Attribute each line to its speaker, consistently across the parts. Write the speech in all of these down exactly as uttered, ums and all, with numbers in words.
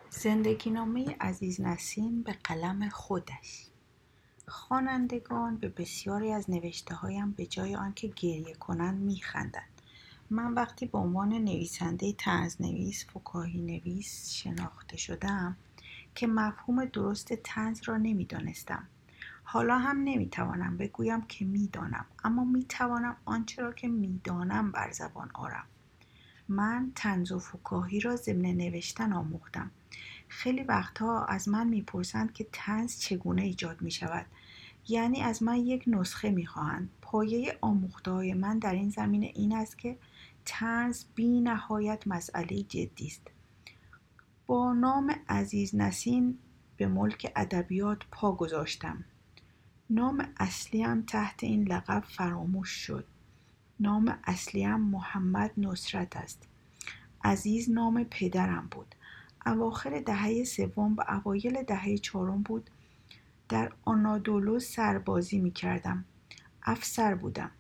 Speaker 1: زندگینامه عزیز نسیم به قلم خودش. خوانندگان به بسیاری از نوشته‌هایم به جای آنکه گریه کنند می‌خندند. من وقتی به عنوان نویسنده طنزنویس، فکاهی‌نویس شناخته شدم که مفهوم درست طنز را نمی‌دانستم. حالا هم نمی‌توانم بگویم که می‌دانم، اما می‌توانم آنچه را که می‌دانم بر زبان آورم. من طنز و فکاهی را ضمن نوشتن آموختم. خیلی وقتها از من میپرسند که طنز چگونه ایجاد میشود. یعنی از من یک نسخه میخواهند. پایه آموخته‌های من در این زمینه این است که طنز بی نهایت مسئله جدی است. با نام عزیز نسیم به ملک ادبیات پا گذاشتم. نام اصلیم تحت این لقب فراموش شد. نام اصلیم محمد نصرت است. عزیز نام پدرم بود. اواخر دهه سوم و اوایل دهه چهارم بود. در آنادولو سربازی می کردم. افسر بودم.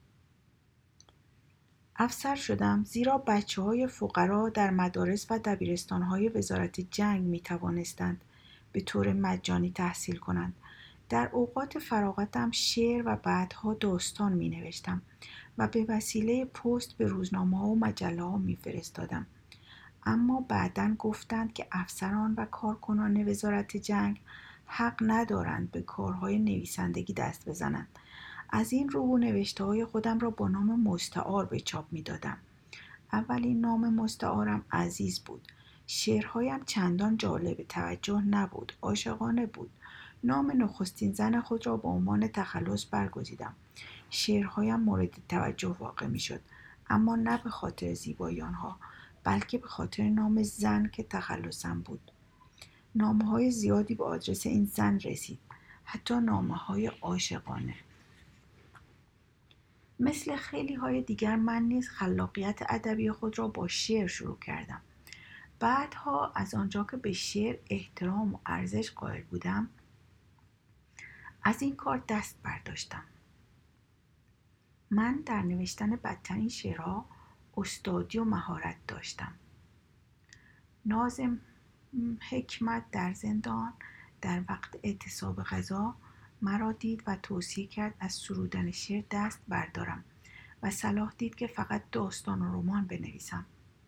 Speaker 1: افسر شدم زیرا بچه های فقرا در مدارس و دبیرستان های وزارت جنگ می توانستند به طور مجانی تحصیل کنند. در اوقات فراغتم شعر و بعدها داستان می نوشتم و به وسیله پست به روزنامه ها و مجله ها می فرستادم. اما بعداً گفتند که افسران و کارکنان وزارت جنگ حق ندارند به کارهای نویسندگی دست بزنند. از این رو نوشته‌های خودم را با نام مستعار به چاپ می‌دادم. اولین نام مستعارم عزیز بود. شعرهایم چندان جالب توجه نبود، عاشقانه بود. نام نخستین زن خود را به عنوان تخلص برگزیدم. شعرهایم مورد توجه واقع می‌شد، اما نه به خاطر زیبایی آنها، بلکه به خاطر نام زن که تخلصم بود. نامه‌های زیادی به آدرس این زن رسید، حتی نامه‌های عاشقانه. مثل خیلی های دیگر من نیز خلاقیت ادبی خود را با شعر شروع کردم. بعدها از آنجا که به شعر احترام و ارزش قائل بودم، از این کار دست برداشتم. من در نوشتن بدترین شعرها استادی و مهارت داشتم. ناظم حکمت در زندان در وقت اعتصاب غذا مرا دید و توصیه کرد از سرودن شعر دست بردارم و صلاح دید که فقط داستان و رمان بنویسم.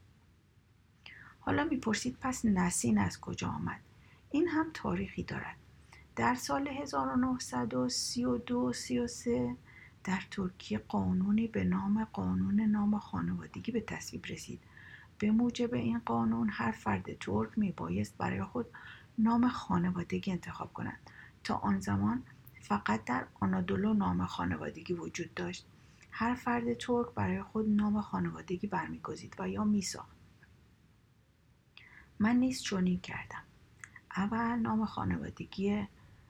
Speaker 1: حالا میپرسید پس نسین از کجا آمد؟ این هم تاریخی دارد. در سال هزار و نهصد و سی و دو سی و سه در ترکیه قانونی به نام قانون نام خانوادگی به تصویب رسید. به موجب این قانون هر فرد ترک میبایست برای خود نام خانوادگی انتخاب کند. تا آن زمان فقط در آنادولو نام خانوادگی وجود داشت. هر فرد ترک برای خود نام خانوادگی برمیگزید و یا میساخت. من نیز چنین کردم. اول نام خانوادگی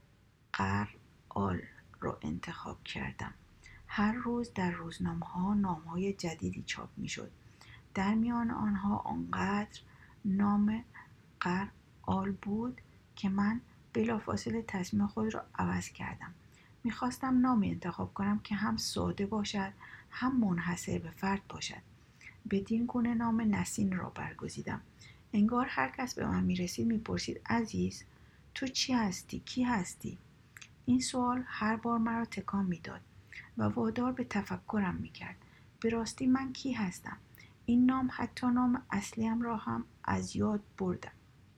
Speaker 1: قرآل را انتخاب کردم. هر روز در روزنامه‌ها نام‌های جدیدی چاپ می‌شد. در میان آنها آنقدر نام قرآل بود که من بلافاصله تصمیم خود را عوض کردم. می‌خواستم نامی انتخاب کنم که هم ساده باشد هم منحصر به فرد باشد. بدین گونه نام نسین را برگزیدم. انگار هر کس به من می‌رسید می‌پرسید عزیز تو چی هستی؟ کی هستی؟ این سوال هر بار مرا تکان می‌داد و وادار به تفکرم می‌کرد. به راستی من کی هستم؟ این نام حتی نام اصلیم را هم از یاد بردم.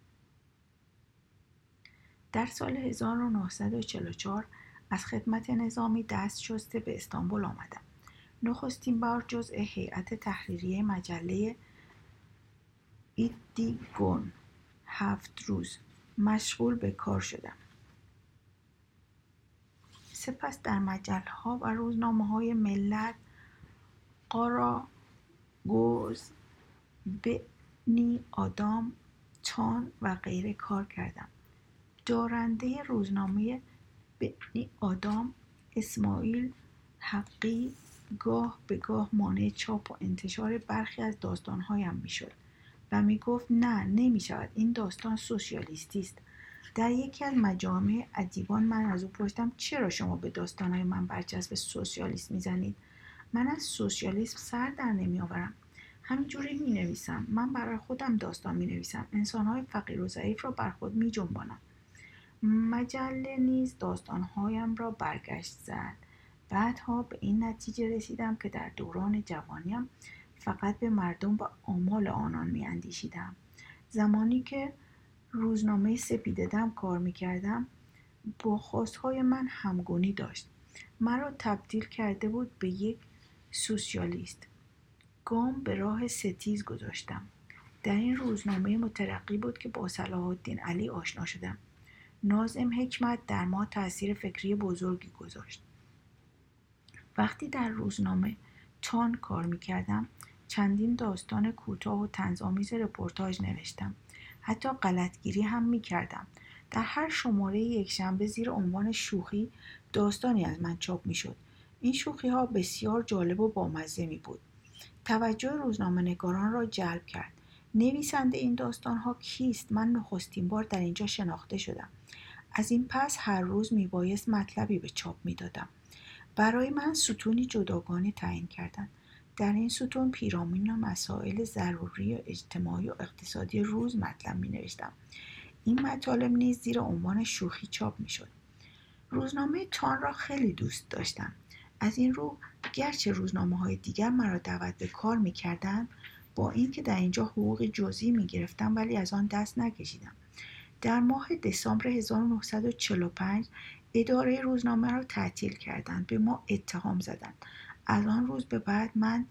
Speaker 1: در سال هزار و نهصد و چهل و چهار از خدمت نظامی دست شسته به استانبول آمدم. نخستین بار جزء هیئت تحریریه مجله ایدیگون هفت روز مشغول به کار شدم. سپس در مجله‌ها و روزنامه‌های ملت، قارا، گوز، بنی آدام، تان و غیره کار کردم. دارنده روزنامه بنی آدام اسماعیل حقی گاه به گاه مانع چاپ و انتشار برخی از داستان‌هایم می‌شد و می‌گفت نه نمی‌شود، این داستان سوسیالیستی است. در یکی از مجامع ادیبان من از او پرسیدم چرا شما به داستان‌های من برچسب سوسیالیست می‌زنید؟ من از سوسیالیسم سر در نمی‌آورم. همینجوری می نویسم. من برای خودم داستان می نویسم. انسانهای فقیر و ضعیف را بر خود می جنبانم. مجله نیز داستانهایم را برگشت زد. بعدها به این نتیجه رسیدم که در دوران جوانیم فقط به مردم و آمال آنان می اندیشیدم. زمانی که روزنامه سپید دم کار می کردم با خواستهای من همگونی داشت. مرا تبدیل کرده بود به یک سوسیالیست. گام به راه ستیز گذاشتم. در این روزنامه مترقی بود که با صلاح الدین علی آشنا شدم. ناظم حکمت در ما تأثیر فکری بزرگی گذاشت. وقتی در روزنامه تان کار می‌کردم، چندین داستان کوتاه و طنزآمیز رپورتاژ نوشتم. حتی غلطگیری هم می‌کردم. در هر شماره یکشنبه زیر عنوان شوخی داستانی از من چاپ می‌شد. این شوخی‌ها بسیار جالب و بامزه می‌بود. توجه روزنامه‌نگاران را جلب کرد. نویسنده این داستان‌ها کیست؟ من نخستین بار در اینجا شناخته شدم. از این پس هر روز میبایست مطلبی به چاپ میدادم. برای من ستونی جداگانه تعیین کردند. در این ستون پیرامون مسائل ضروری و اجتماعی و اقتصادی روز مطلب می نوشتم. این مطالب نیز زیر عنوان شوخی چاپ می شد. روزنامه تان را خیلی دوست داشتم. از این رو گرچه روزنامه های دیگر مرا دعوت به کار می کردن، با اینکه در اینجا حقوق جزئی می گرفتم ولی از آن دست نکشیدم. در ماه دسامبر هزار و نهصد و چهل و پنج اداره روزنامه را تعطیل کردند. به ما اتهام زدند. از آن روز به بعد من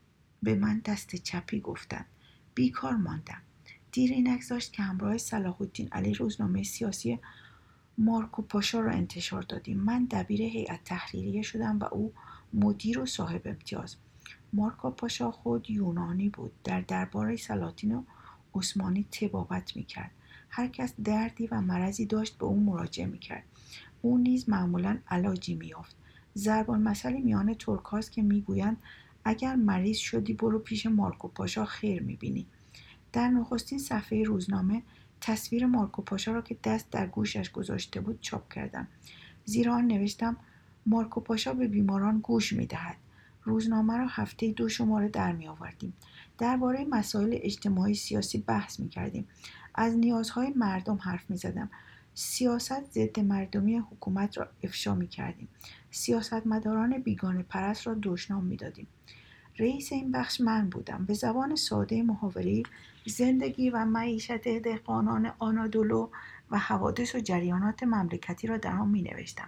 Speaker 1: به من دست چپی گفتند. بیکار ماندم. دیر نگذاشت که همراه صلاح الدین علی روزنامه سیاسی مارکو پاشا را انتشار دادیم. من دبیر هیئت تحریریه شدم و او مدیر و صاحب امتیاز. مارکو پاشا خود یونانی بود. در دربار سلاطین عثمانی طبابت میکرد. هر کس دردی و مرضی داشت به او مراجعه میکرد. او نیز معمولاً علاجی میافت. ضرب المثلی میان ترک هاست که میگویند اگر مریض شدی برو پیش مارکو پاشا خیر میبینی. در نخستین صفحه روزنامه تصویر مارکو پاشا را که دست در گوشش گذاشته بود چاپ کردم. زیرا آن نوشتم مارکو پاشا به بیماران گوش میدهد. روزنامه را هفته دو شماره در می آوردیم. درباره مسائل اجتماعی سیاسی بحث می کردیم. از نیازهای مردم حرف می زدم. سیاست ضد مردمی حکومت را افشا می کردیم. سیاستمداران بیگانه پرست را دشنام می دادیم. رئیس این بخش من بودم. به زبان ساده محاوره‌ای زندگی و معیشت دهقانان آنادولو و حوادث و جریانات مملکتی را در آن می نوشتم.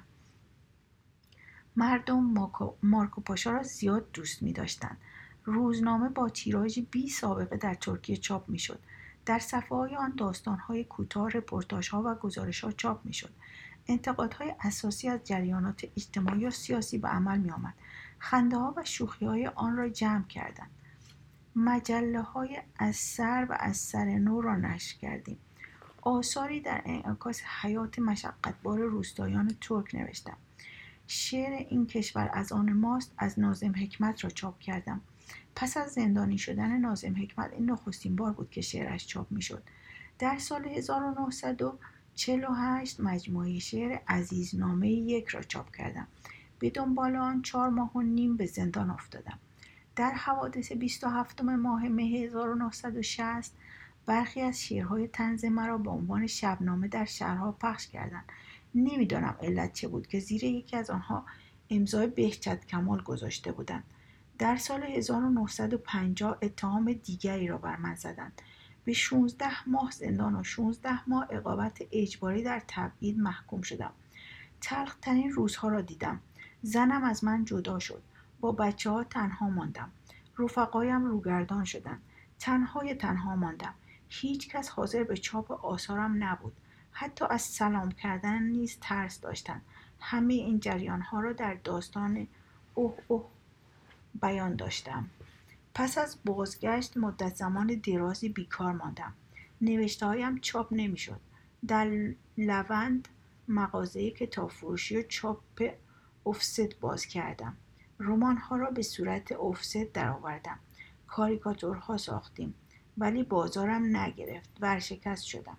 Speaker 1: مردم مارکو پاشا را زیاد دوست می داشتند. روزنامه با تیراژی بی سابقه در ترکیه چاپ می شد. در صفحه های آن داستان های کوتاه، رپورتاژ ها و گزارش ها چاپ می شد. انتقادهای اساسی از جریانات اجتماعی و سیاسی به عمل می آمد. خنده ها و شوخی های آن را جمع کردند. مجله های از سر و از سر نو را نشر کردیم. آثاری در انعکاس حیات مشقتبار روستایان ترک نوشتم. شعر این کشور از آن ماست از ناظم حکمت را چاپ کردم. پس از زندانی شدن ناظم حکمت این نخستین بار بود که شعرش چاپ می شد. در سال هزار و نهصد و چهل و هشت مجموعه شعر عزیزنامه یک را چاپ کردم. به دنبال آن چهار ماه و نیم به زندان افتادم. در حوادث بیست و هفتم ماه مه هزار و نهصد و شصت برخی از شعرهای طنز مرا به عنوان شبنامه در شهرها پخش کردند. نمیدانم علت چه بود که زیر یکی از آنها امضای بهجت کمال گذاشته بودند. در سال هزار و نهصد و پنجاه اتهام دیگری را بر من زدند. به شانزده ماه زندان و شانزده ماه اقامت اجباری در تبعید محکوم شدم. تلخ‌ترین روزها را دیدم. زنم از من جدا شد. با بچه ها تنها ماندم. رفقایم روگردان شدند. تنهای تنها ماندم. هیچ کس حاضر به چاپ آثارم نبود. حتی از سلام کردن نیز ترس داشتند. همه این جریان ها را در داستان اوه اوه بیان داشتم. پس از بازگشت مدت زمان درازی بیکار ماندم. نوشته هایم چاپ نمی شد. در لوند مغازه کتاب فروشی و چاپ افست باز کردم. رمان ها را به صورت افست در آوردم. کاریکاتورها ساختیم. ولی بازارم نگرفت. ورشکست شدم.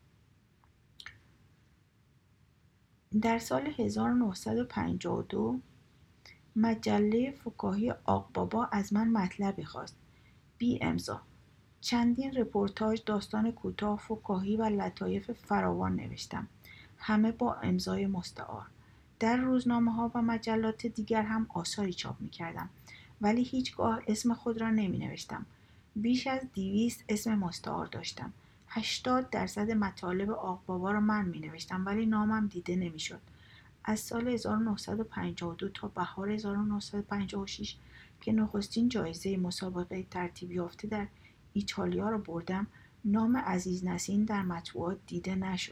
Speaker 1: در سال هزار و نهصد و پنجاه و دو مجله فکاهی آق بابا از من مطلبی خواست. بی امضا. چندین رپورتاج، داستان کوتاه، فکاهی و لطایف فراوان نوشتم، همه با امضای مستعار. در روزنامه‌ها و مجلات دیگر هم آثاری چاپ می‌کردم، ولی هیچگاه اسم خود را نمی‌نوشتم. بیش از دویست اسم مستعار داشتم. هشتاد درصد مطالب آقبابا را من می‌نوشتم، ولی نامم دیده نمی‌شد. از سال هزار و نهصد و پنجاه و دو تا بهار هزار و نهصد و پنجاه و شش که نخستین جایزه مسابقه ترتیب یافته در ایتالیا را بردم، نام عزیز نسیم در مطبوعات دیده نشد.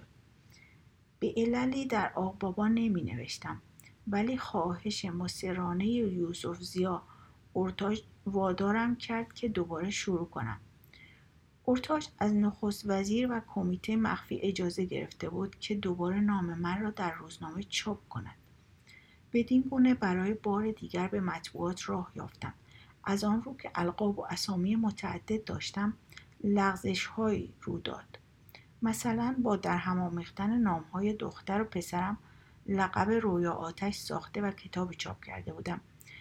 Speaker 1: به عللی در آقبابا نمی نوشتم، ولی خواهش مصرانه یوسف زیا اورتاژ وادارم کرد که دوباره شروع کنم. اورتاژ از نخست وزیر و کمیته مخفی اجازه گرفته بود که دوباره نام من را در روزنامه چاپ کند. بدین گونه برای بار دیگر به مطبوعات راه یافتم. از آن رو که القاب و اسامی متعدد داشتم، لغزش‌هایی رو داد. مثلا با در هم آمیختن نام‌های دختر و پسرم لقب رویا آتش ساخته و کتابی چاپ کرده بودم.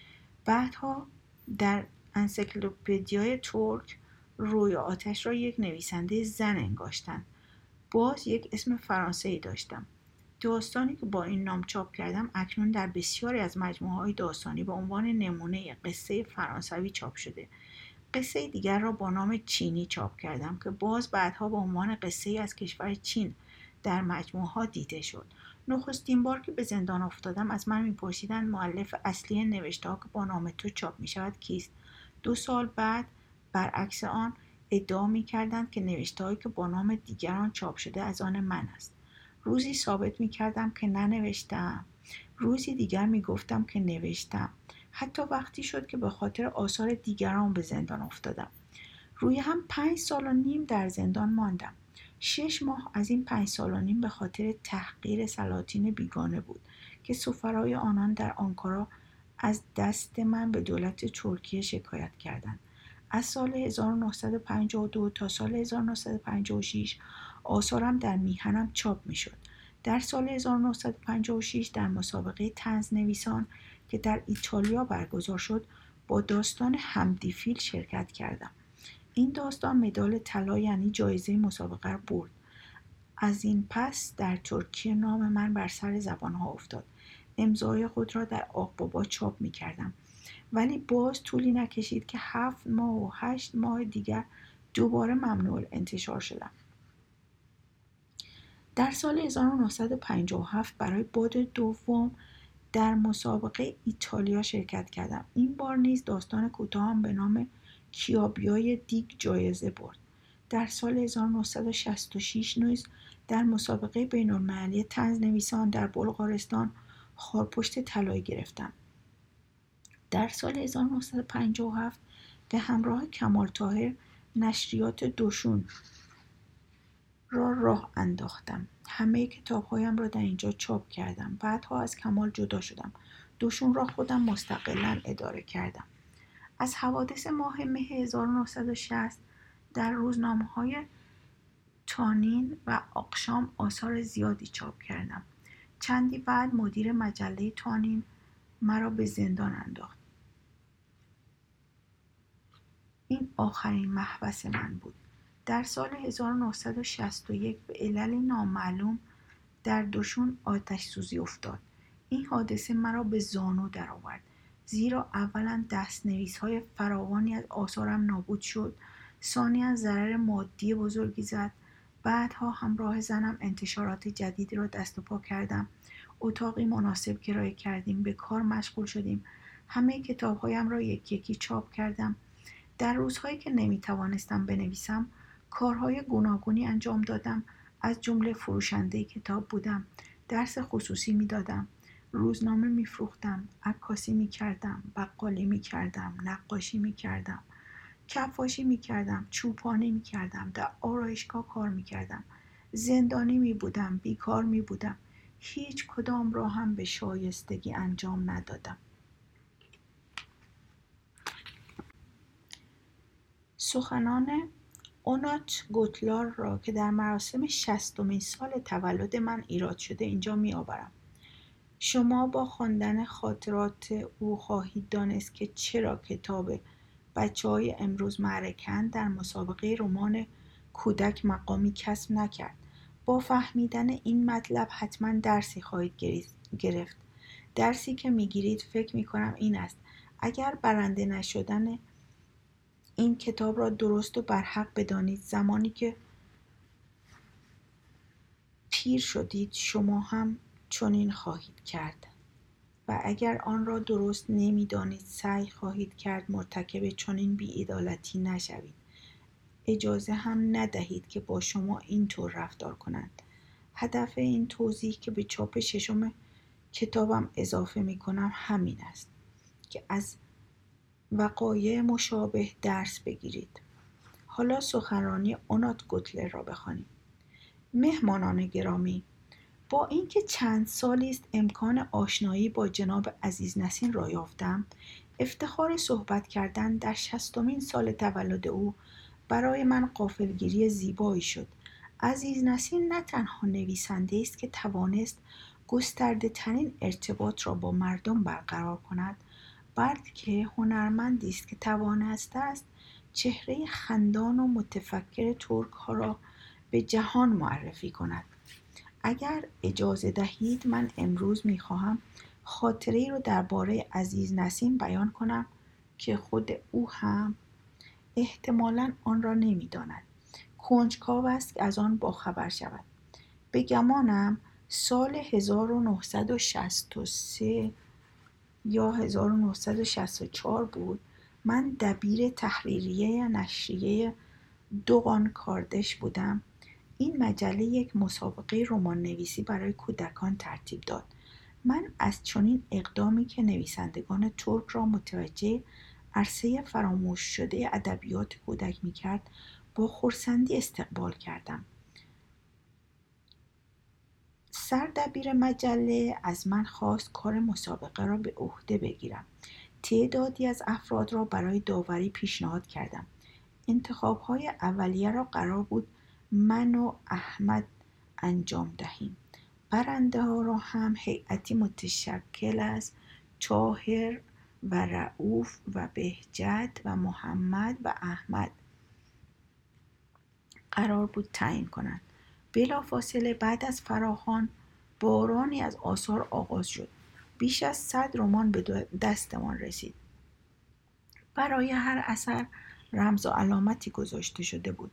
Speaker 1: بعدها در انسیکلوپدیای ترک رویا آتش را یک نویسنده زن انگاشتند. باز یک اسم فرانسه‌ای داشتم. داستانی که با این نام چاپ کردم اکنون در بسیاری از مجموعه‌های داستانی به عنوان نمونه قصه فرانسوی چاپ شده. قصه دیگر را با نام چینی چاپ کردم که باز بعدها به عنوان قصه از کشور چین در مجموعه‌ها دیده شد. نخستین بار که به زندان افتادم از من می‌پرسیدند مؤلف اصلی نوشته‌ها که با نام تو چاپ می‌شود کیست؟ دو سال بعد برعکس آن ادعا می‌کردند که نوشته‌هایی که با نام دیگران چاپ شده از آن من است. روزی ثابت می‌کردم که ننوشتم، روزی دیگر می‌گفتم که نوشتم. حتی وقتی شد که به خاطر آثار دیگران به زندان افتادم. روی هم پنج سال و نیم در زندان ماندم. شش ماه از این پنج سال و نیم به خاطر تحقیر سلاطین بیگانه بود که سفرای آنان در آنکارا از دست من به دولت ترکیه شکایت کردند. از سال هزار و نهصد و پنجاه و دو تا سال هزار و نهصد و پنجاه و شش آثارم در میهنم چاپ میشد. در سال هزار و نهصد و پنجاه و شش در مسابقه طنز نویسان که در ایتالیا برگزار شد با داستان حمدی فیل شرکت کردم. این داستان مدال طلا یعنی جایزه مسابقه را برد. از این پس در ترکیه نام من بر سر زبانها افتاد. امضای خود را در آقبابا چاپ می کردم. ولی باز طولی نکشید که هفت ماه و هشت ماه دیگر دوباره ممنوع انتشار شدم. در سال هزار و نهصد و پنجاه و هفت برای باد دوم در مسابقه ایتالیا شرکت کردم. این بار نیز داستان کوتاهم به نام کیابیای دیگ جایزه برد. در سال هزار و نهصد و شصت و شش نیز در مسابقه بین‌المللی طنز نویسان در بلغارستان خارپشت طلایی گرفتم. در سال هزار و نهصد و پنجاه و هفت به همراه کمال طاهر نشریات دوشون را راه انداختم. همه کتاب‌هایم را در اینجا چاپ کردم. بعدها از کمال جدا شدم. دوشون را خودم مستقلاً اداره کردم. از حوادث ماه مه هزار و نهصد و شصت در روزنامه‌های تانین و آقشام آثار زیادی چاپ کردم. چندی بعد مدیر مجله تانین مرا به زندان انداخت. این آخرین محبس من بود. در سال هزار و نهصد و شصت و یک به علل نامعلوم در دوشون آتش سوزی افتاد. این حادثه مرا به زانو درآورد، زیرا اولا دست‌نویس‌های فراوانی از آثارم نابود شد، ثانیاً ضرر مادی بزرگی زد. بعدها همراه زنم انتشارات جدیدی را دست و پا کردم. اتاقی مناسب کرایه کردیم، به کار مشغول شدیم. همه کتاب‌هایم را یکی یکی چاپ کردم. در روزهایی که نمی‌توانستم بنویسم، کارهای گوناگونی انجام دادم. از جمله فروشنده کتاب بودم، درس خصوصی میدادم، روزنامه میفروختم، عکاسی میکردم، بقالی میکردم، نقاشی میکردم، کفاشی میکردم، چوپانی میکردم، در آرایشگاه کار میکردم، زندانی میبودم، بیکار میبودم. هیچ کدام را هم به شایستگی انجام ندادم. سخنان اونات گوتلار را که در مراسم شصتمین سال تولد من ایراد شده اینجا می آورم. شما با خواندن خاطرات او خواهید دانست که چرا کتاب بچه های امروز معرکند در مسابقه رمان کودک مقامی کسب نکرد. با فهمیدن این مطلب حتما درسی خواهید گرفت. درسی که میگیرید فکر میکنم این است: اگر برنده نشدن این کتاب را درست و برحق بدانید، زمانی که پیر شدید شما هم چنین خواهید کرد، و اگر آن را درست نمیدانید سعی خواهید کرد مرتکب چنین بی‌عدالتی نشوید. اجازه هم ندهید که با شما اینطور رفتار کنند. هدف این توضیح که به چاپ ششم کتابم اضافه می کنم همین است که از وقایع مشابه درس بگیرید. حالا سخنرانی اونات گوتلر را بخوانیم. مهمانان گرامی، با اینکه چند سالی است امکان آشنایی با جناب عزیز نسین را یافتم، افتخار صحبت کردن در شصتمین سال تولد او برای من غافلگیری زیبایی شد. عزیز نسین نه تنها نویسنده است که توانست گسترده ترین ارتباط را با مردم برقرار کند، بلکه هنرمندی است که توانسته است چهره خندان و متفکر ترک ها را به جهان معرفی کند. اگر اجازه دهید من امروز میخواهم خاطره‌ای رو درباره عزیز نسیم بیان کنم که خود او هم احتمالاً آن را نمیداند. کنجکاو است که از آن باخبر شود. به گمانم سال هزار و نهصد و شصت و سه یا هزار و نهصد و شصت و چهار بود. من دبیر تحریریه نشریه دوغان کاردش بودم. این مجله یک مسابقه رمان نویسی برای کودکان ترتیب داد. من از چنین اقدامی که نویسندگان ترک را متوجه عرصه فراموش شده ادبیات کودک می‌کرد با خرسندی استقبال کردم. سردبیر مجله از من خواست کار مسابقه را به عهده بگیرم. تعدادی از افراد را برای داوری پیشنهاد کردم. انتخاب‌های اولیه را قرار بود من و احمد انجام دهیم. برنده ها را هم هیئتی متشکل از طاهر و رؤوف و بهجت و محمد و احمد قرار بود تعیین کنند. بلافاصله بعد از فراخوان بارانی از آثار آغاز شد. بیش از صد رمان به دستمان رسید. برای هر اثر رمز و علامتی گذاشته شده بود.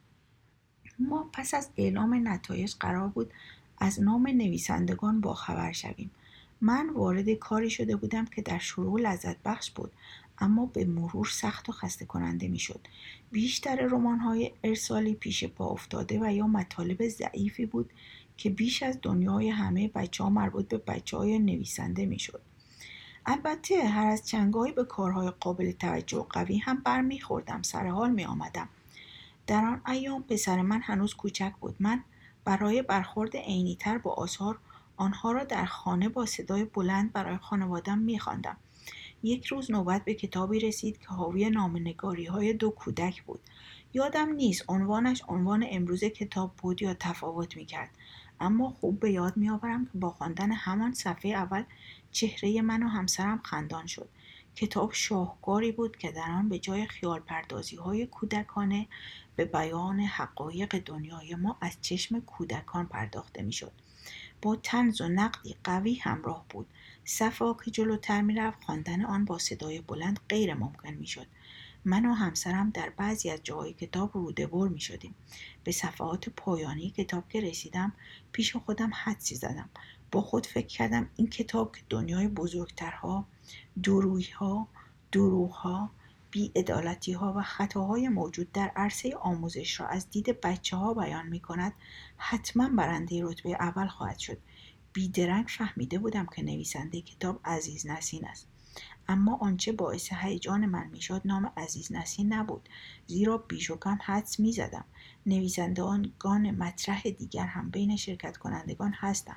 Speaker 1: ما پس از اعلام نتایج قرار بود از نام نویسندگان باخبر شویم. من وارد کاری شده بودم که در شروع لذت بخش بود، اما به مرور سخت و خسته کننده می شد. بیشتر رمان‌های ارسالی پیش پا افتاده و یا مطالب ضعیفی بود که بیش از دنیای همه بچه ها مربوط به بچه های نویسنده می شد. البته هر از چنگاهی به کارهای قابل توجه و قوی هم بر می خوردم، سر حال می آمدم. در آن ایام پسر من هنوز کوچک بود. من برای برخورد عینی‌تر با آثار آنها را در خانه با صدای بلند برای خانواده‌ام می‌خواندم. یک روز نوبت به کتابی رسید که حاوی نامه‌نگاری‌های دو کودک بود. یادم نیست عنوانش عنوان امروز کتاب بود یا تفاوت می‌کرد، اما خوب به یاد می‌آورم که با خواندن همان صفحه اول چهره من و همسرم خندان شد. کتاب شاهکاری بود که در آن به جای خیال پردازی‌های کودکانه به بیان حقایق دنیای ما از چشم کودکان پرداخته می‌شد. با طنز و نقدی قوی همراه بود. صفحه‌ها که جلوتر می‌رفت خواندن آن با صدای بلند غیر ممکن می‌شد. من و همسرم در بعضی از جاهای کتاب روده‌بر می‌شدیم. به صفحات پایانی کتاب که رسیدم پیش خودم حدسی زدم. با خود فکر کردم این کتاب که دنیای بزرگترها، دورویی‌ها، دروغ‌ها، بی‌عدالتی‌ها و خطاهای موجود در عرصه آموزش را از دید بچه‌ها بیان می‌کند، حتما برنده رتبه اول خواهد شد. بیدرنگ فهمیده بودم که نویسنده کتاب عزیز نسین است. اما آنچه باعث هیجان من میشد نام عزیز نسین نبود، زیرا بیش و کم حدس میزدم نویسندگان مطرح دیگر هم بین شرکت کنندگان هستند.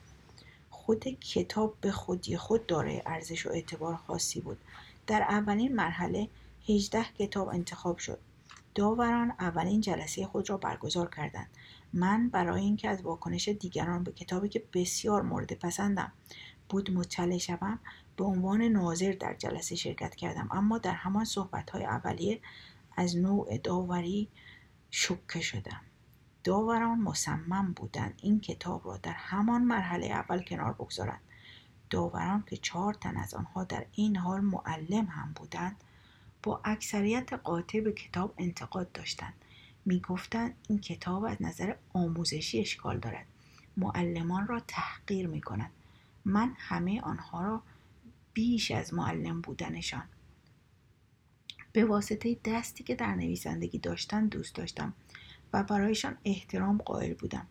Speaker 1: خود کتاب به خودی خود دارای ارزش و اعتبار خاصی بود. در اولین مرحله هجده کتاب انتخاب شد. داوران اولین جلسه خود را برگزار کردند. من برای اینکه از واکنش دیگران به کتابی که بسیار مورد پسندم بود مطلع شوم، به عنوان ناظر در جلسه شرکت کردم، اما در همان صحبت‌های اولیه از نوع داوری شوکه شدم. داوران مصمم بودند این کتاب را در همان مرحله اول کنار بگذارند. داوران که چهار تن از آنها در این حال معلم هم بودند، با اکثریت قاطع به کتاب انتقاد داشتند. می گفتند این کتاب از نظر آموزشی اشکال دارد، معلمان را تحقیر می کند. من همه آنها را بیش از معلم بودنشان به واسطه دستی که در نویسندگی داشتند دوست داشتم و برایشان احترام قائل بودم.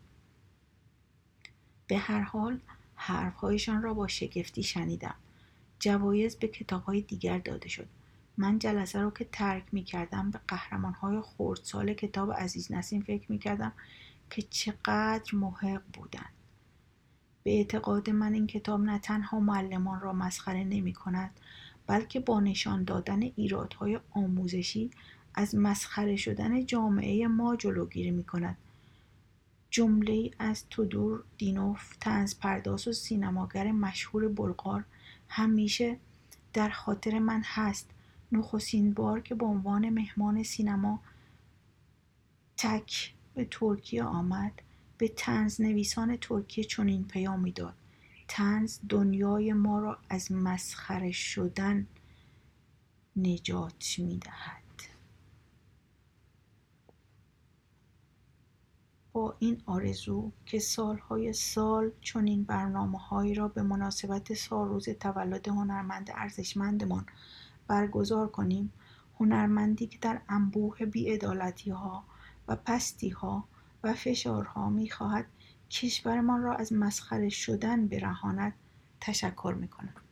Speaker 1: به هر حال حرفهایشان را با شگفتی شنیدم. جوایز به کتاب‌های دیگر داده شد. من جلسه را که ترک می کردم به قهرمان‌های خردسال کتاب عزیز نسیم فکر می کردم که چقدر محق بودند. به اعتقاد من این کتاب نه تنها معلمان را مسخره نمی کند، بلکه با نشان دادن ایرادهای آموزشی از مسخره شدن جامعه ما جلوگیری می کند. جمله‌ای از تودور دینوف، طنز پرداز و سینماگر مشهور بلغار همیشه در خاطر من هست. نخستین بار که به عنوان مهمان سینما تک به ترکیه آمد، به طنز نویسان ترکیه چنین پیامی داد: طنز دنیای ما را از مسخره شدن نجات می‌دهد. با این آرزو که سالهای سال چنین برنامه‌هایی را به مناسبت سالروز تولد هنرمند ارزشمندمان برگزار کنیم، هنرمندی که در انبوه بی‌عدالتی‌ها و پستی‌ها و فشارها می‌خواهد کشورمان را از مسخره شدن برهاند، تشکر می‌کنم.